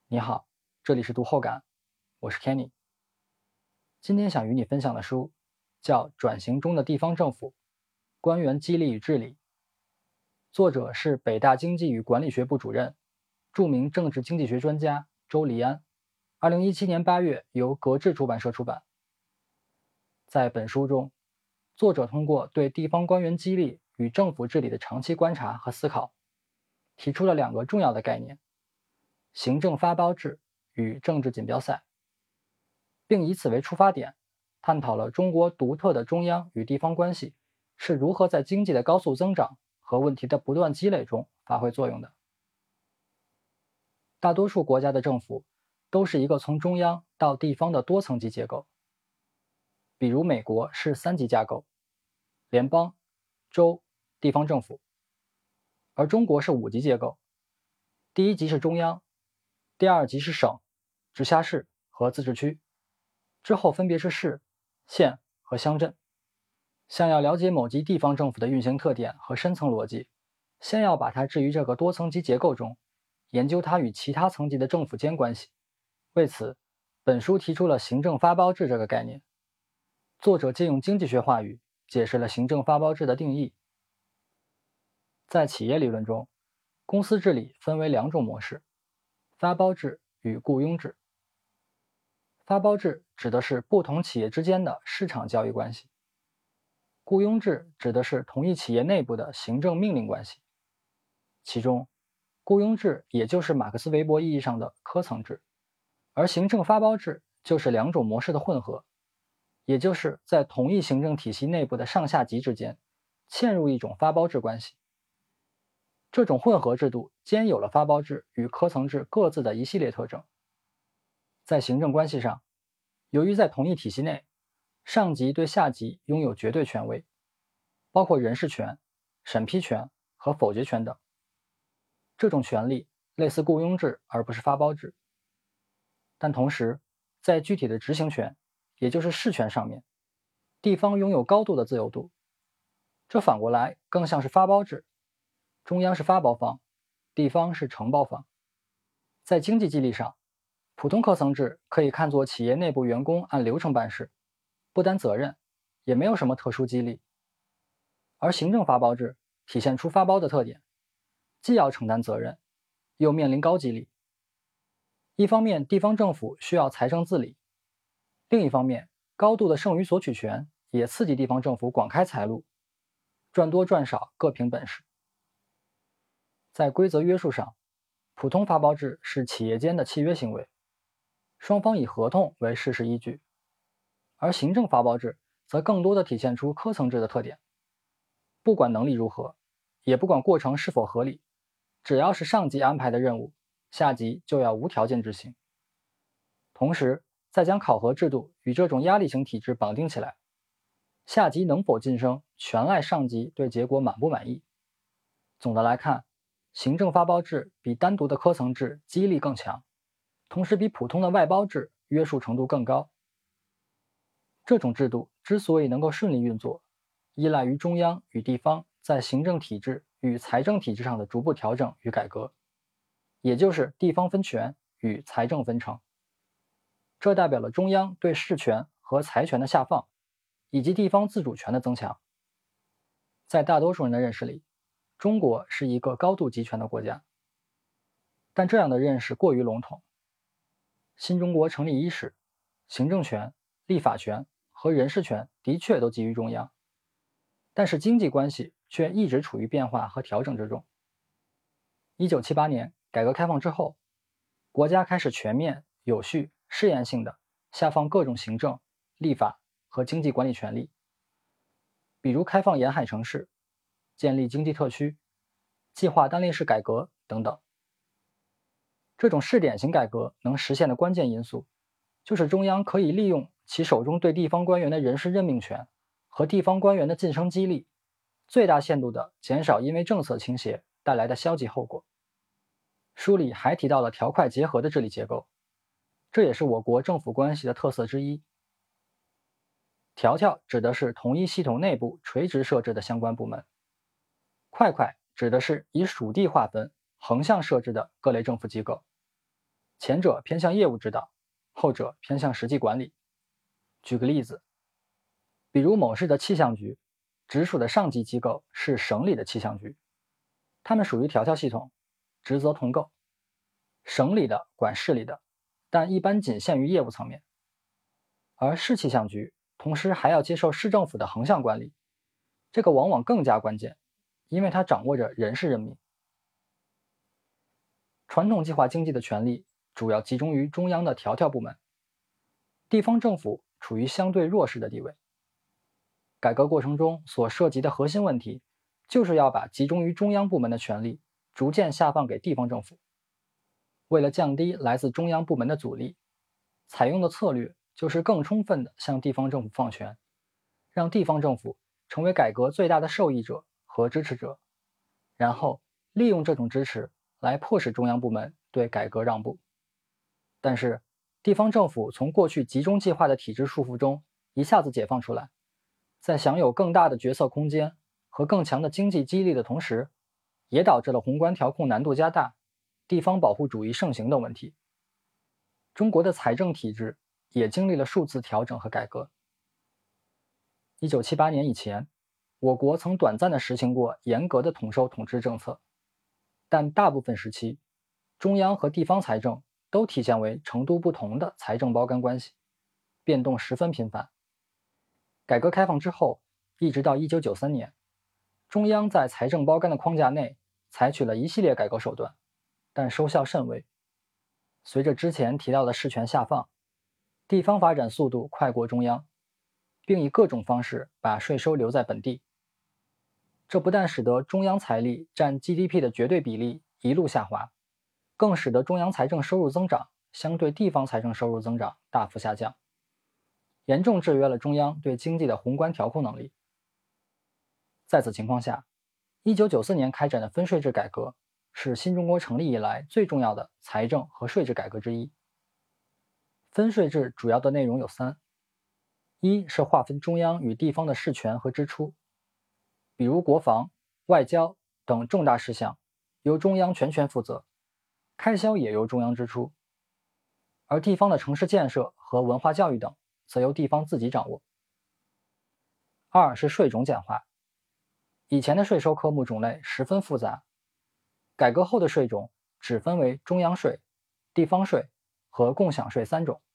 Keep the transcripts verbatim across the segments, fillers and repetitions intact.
你好，这里是读后感，我是 Kenny。今天想与你分享的书叫《转型中的地方政府：官员激励与治理》，作者是北大经济与管理学部主任、著名政治经济学专家周黎安，二零一七年八月由格致出版社出版。在本书中，作者通过对地方官员激励与政府治理的长期观察和思考，提出了两个重要的概念：行政发包制与政治锦标赛，并以此为出发点，探讨了中国独特的中央与地方关系是如何在经济的高速增长和问题的不断积累中发挥作用的。大多数国家的政府都是一个从中央到地方的多层级结构，比如美国是三级架构：联邦、州、地方政府，而中国是五级结构，第一级是中央，第二级是省、直辖市和自治区，之后分别是市、县和乡镇。想要了解某级地方政府的运行特点和深层逻辑，先要把它置于这个多层级结构中，研究它与其他层级的政府间关系。为此，本书提出了行政发包制这个概念。作者借用经济学话语解释了行政发包制的定义。在企业理论中，公司治理分为两种模式：发包制与雇佣制。发包制指的是不同企业之间的市场交易关系，雇佣制指的是同一企业内部的行政命令关系。其中，雇佣制也就是马克思韦伯意义上的科层制，而行政发包制就是两种模式的混合，也就是在同一行政体系内部的上下级之间嵌入一种发包制关系。这种混合制度兼有了发包制与科层制各自的一系列特征。在行政关系上，由于在同一体系内，上级对下级拥有绝对权威，包括人事权、审批权和否决权等。这种权利类似雇佣制而不是发包制。但同时，在具体的执行权，也就是事权上面，地方拥有高度的自由度。这反过来更像是发包制，中央是发包方，地方是承包方。在经济激励上，普通科层制可以看作企业内部员工按流程办事，不担责任，也没有什么特殊激励。而行政发包制体现出发包的特点，既要承担责任，又面临高激励。一方面，地方政府需要财政自理；另一方面，高度的剩余索取权也刺激地方政府广开财路，赚多赚少各凭本事。在规则约束上，普通发包制是企业间的契约行为，双方以合同为事实依据，而行政发包制则更多地体现出科层制的特点。不管能力如何，也不管过程是否合理，只要是上级安排的任务，下级就要无条件执行。同时，再将考核制度与这种压力型体制绑定起来，下级能否晋升，全赖上级对结果满不满意。总的来看，行政发包制比单独的科层制激励更强，同时比普通的外包制约束程度更高。这种制度之所以能够顺利运作，依赖于中央与地方在行政体制与财政体制上的逐步调整与改革，也就是地方分权与财政分成。这代表了中央对事权和财权的下放，以及地方自主权的增强。在大多数人的认识里，中国是一个高度集权的国家，但这样的认识过于笼统。新中国成立伊始，行政权、立法权和人事权的确都基于中央，但是经济关系却一直处于变化和调整之中。一九七八年改革开放之后，国家开始全面、有序、试验性的下放各种行政、立法和经济管理权力，比如开放沿海城市、建立经济特区、计划单列市改革等等。这种试点型改革能实现的关键因素，就是中央可以利用其手中对地方官员的人事任命权和地方官员的晋升激励，最大限度地减少因为政策倾斜带来的消极后果。书里还提到了条块结合的治理结构，这也是我国政府关系的特色之一。条条指的是同一系统内部垂直设置的相关部门，块块指的是以属地划分、横向设置的各类政府机构。 前者偏向业务指导，后者偏向实际管理。举个例子，比如某市的气象局，直属的上级机构是省里的气象局，他们属于调校系统，职责同构，省里的管市里的，但一般仅限于业务层面。而市气象局同时还要接受市政府的横向管理，这个往往更加关键，因为它掌握着人事任命。传统计划经济的权力主要集中于中央的调调部门，地方政府处于相对弱势的地位。改革过程中所涉及的核心问题，就是要把集中于中央部门的权力逐渐下放给地方政府。为了降低来自中央部门的阻力，采用的策略就是更充分地向地方政府放权，让地方政府成为改革最大的受益者和支持者，然后利用这种支持来迫使中央部门对改革让步。但是，地方政府从过去集中计划的体制束缚中一下子解放出来，在享有更大的决策空间和更强的经济激励的同时，也导致了宏观调控难度加大、地方保护主义盛行的问题。中国的财政体制也经历了数次调整和改革。一九七八年以前，我国曾短暂地实行过严格的统收统支政策，但大部分时期，中央和地方财政都体现为程度不同的财政包干关系，变动十分频繁。改革开放之后，一直到一九九三年，中央在财政包干的框架内采取了一系列改革手段，但收效甚微。随着之前提到的事权下放，地方发展速度快过中央，并以各种方式把税收留在本地。这不但使得中央财力占 G D P 的绝对比例一路下滑，更使得中央财政收入增长相对地方财政收入增长大幅下降，严重制约了中央对经济的宏观调控能力。在此情况下，一九九四年开展的分税制改革是新中国成立以来最重要的财政和税制改革之一。分税制主要的内容有三：一是划分中央与地方的事权和支出，比如国防、外交等重大事项由中央全权负责，开销也由中央支出，而地方的城市建设和文化教育等则由地方自己掌握。二是税种简化，以前的税收科目种类十分复杂，改革后的税种只分为中央税、地方税和共享税三种。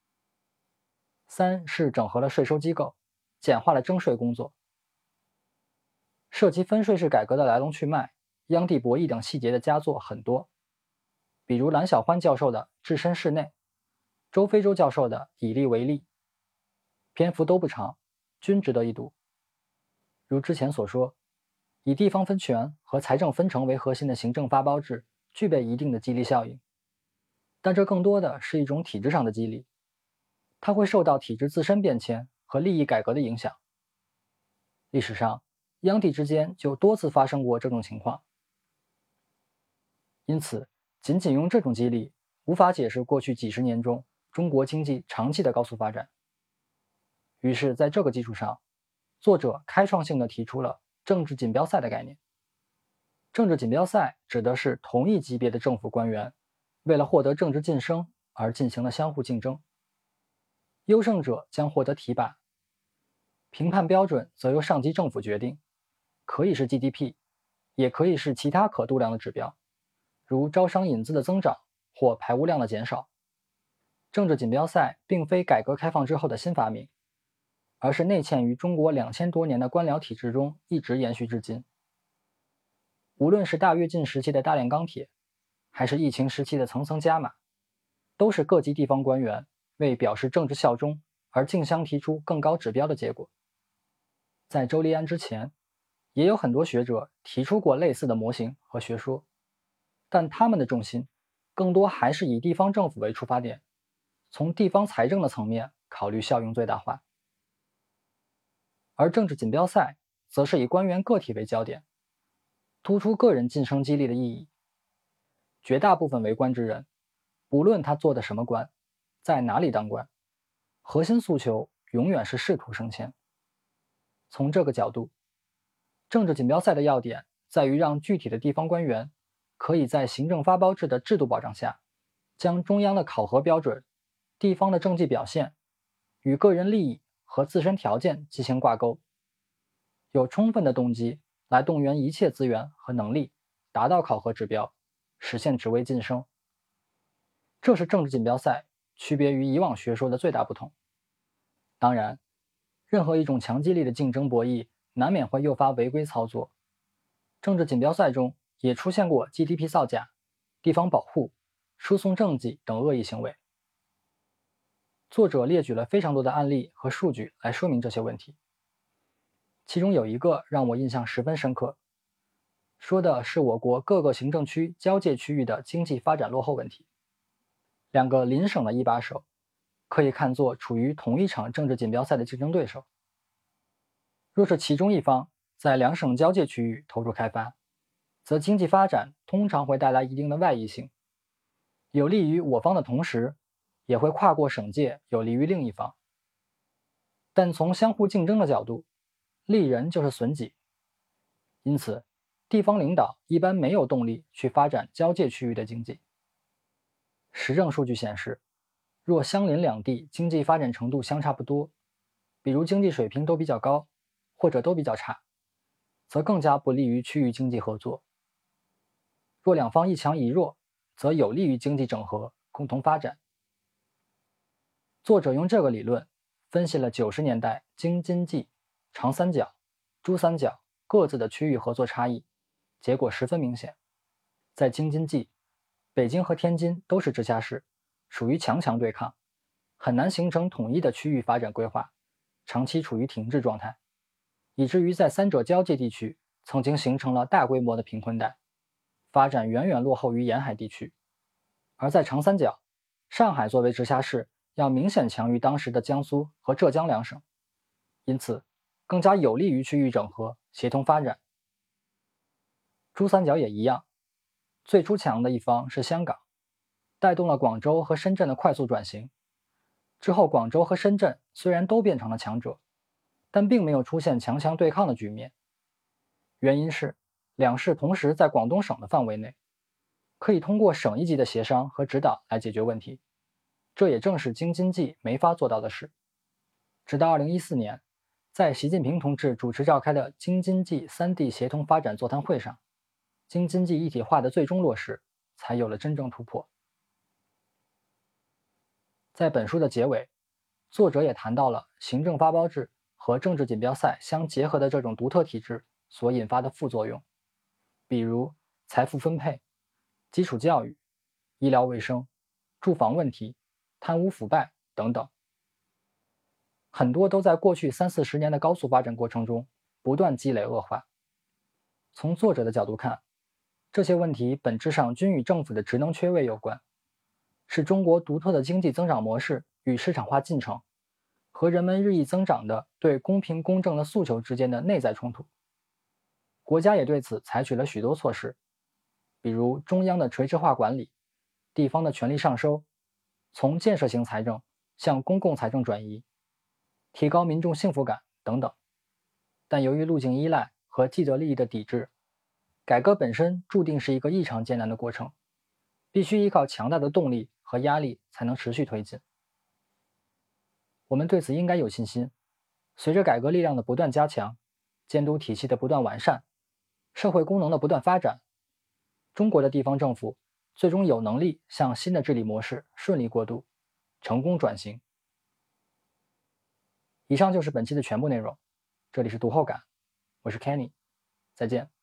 三是整合了税收机构，简化了征税工作。涉及分税制改革的来龙去脉、央地博弈等细节的佳作很多，比如蓝小欢教授的《置身事内》，周飞舟教授的《以利为例》，篇幅都不长，均值得一读。如之前所说，以地方分权和财政分成为核心的行政发包制具备一定的激励效应，但这更多的是一种体制上的激励，它会受到体制自身变迁和利益改革的影响。历史上，央地之间就多次发生过这种情况。因此，仅仅用这种激励，无法解释过去几十年中中国经济长期的高速发展。于是，在这个基础上，作者开创性地提出了政治锦标赛的概念。政治锦标赛指的是同一级别的政府官员为了获得政治晋升而进行了相互竞争，优胜者将获得提拔，评判标准则由上级政府决定，可以是 G D P， 也可以是其他可度量的指标，如招商引资的增长或排污量的减少。政治锦标赛并非改革开放之后的新发明，而是内嵌于中国两千多年的官僚体制中一直延续至今。无论是大跃进时期的大炼钢铁，还是疫情时期的层层加码，都是各级地方官员为表示政治效忠而竞相提出更高指标的结果。在周立安之前，也有很多学者提出过类似的模型和学说，但他们的重心更多还是以地方政府为出发点，从地方财政的层面考虑效用最大化。而政治锦标赛则是以官员个体为焦点，突出个人晋升激励的意义。绝大部分为官之人，不论他做的什么官，在哪里当官，核心诉求永远是仕途升迁。从这个角度，政治锦标赛的要点在于让具体的地方官员可以在行政发包制的制度保障下， 将中央的考核标准、地方的政绩表现与个人利益和自身条件进行挂钩，有充分的动机来动员一切资源和能力，达到考核指标，实现职位晋升。这是政治锦标赛区别于以往学说的最大不同。当然，任何一种强激烈的竞争博弈难免会诱发违规操作。政治锦标赛中也出现过 G D P 造假、地方保护、输送政绩等恶意行为。作者列举了非常多的案例和数据来说明这些问题。其中有一个让我印象十分深刻，说的是我国各个行政区交界区域的经济发展落后问题。两个邻省的一把手可以看作处于同一场政治锦标赛的竞争对手。若是其中一方在两省交界区域投入开发，则经济发展通常会带来一定的外溢性，有利于我方的同时，也会跨过省界，有利于另一方。但从相互竞争的角度，利人就是损己，因此地方领导一般没有动力去发展交界区域的经济。实证数据显示，若相邻两地经济发展程度相差不多，比如经济水平都比较高，或者都比较差，则更加不利于区域经济合作。若两方一强一弱，则有利于经济整合，共同发展。作者用这个理论分析了九十年代京津冀、长三角、珠三角各自的区域合作差异，结果十分明显。在京津冀，北京和天津都是直辖市，属于强强对抗，很难形成统一的区域发展规划，长期处于停滞状态，以至于在三者交界地区曾经形成了大规模的贫困带，发展远远落后于沿海地区。而在长三角，上海作为直辖市要明显强于当时的江苏和浙江两省，因此更加有利于区域整合、协同发展。珠三角也一样，最出强的一方是香港，带动了广州和深圳的快速转型。之后广州和深圳虽然都变成了强者，但并没有出现强强对抗的局面。原因是两市同时在广东省的范围内，可以通过省一级的协商和指导来解决问题，这也正是京津冀没法做到的事。直到二零一四年，在习近平同志主持召开的京津冀三地协同发展座谈会上，京津冀一体化的最终落实才有了真正突破。在本书的结尾，作者也谈到了行政发包制和政治锦标赛相结合的这种独特体制所引发的副作用，比如财富分配、基础教育、医疗卫生、住房问题、贪污腐败等等，很多都在过去三四十年的高速发展过程中不断积累恶化。从作者的角度看，这些问题本质上均与政府的职能缺位有关，是中国独特的经济增长模式与市场化进程和人们日益增长的对公平公正的诉求之间的内在冲突。国家也对此采取了许多措施，比如中央的垂直化管理、地方的权力上收，从建设型财政向公共财政转移，提高民众幸福感等等。但由于路径依赖和既得利益的抵制，改革本身注定是一个异常艰难的过程，必须依靠强大的动力和压力才能持续推进。我们对此应该有信心。随着改革力量的不断加强，监督体系的不断完善，社会功能的不断发展，中国的地方政府最终有能力向新的治理模式顺利过渡，成功转型。以上就是本期的全部内容，这里是读后感，我是 Kenny， 再见。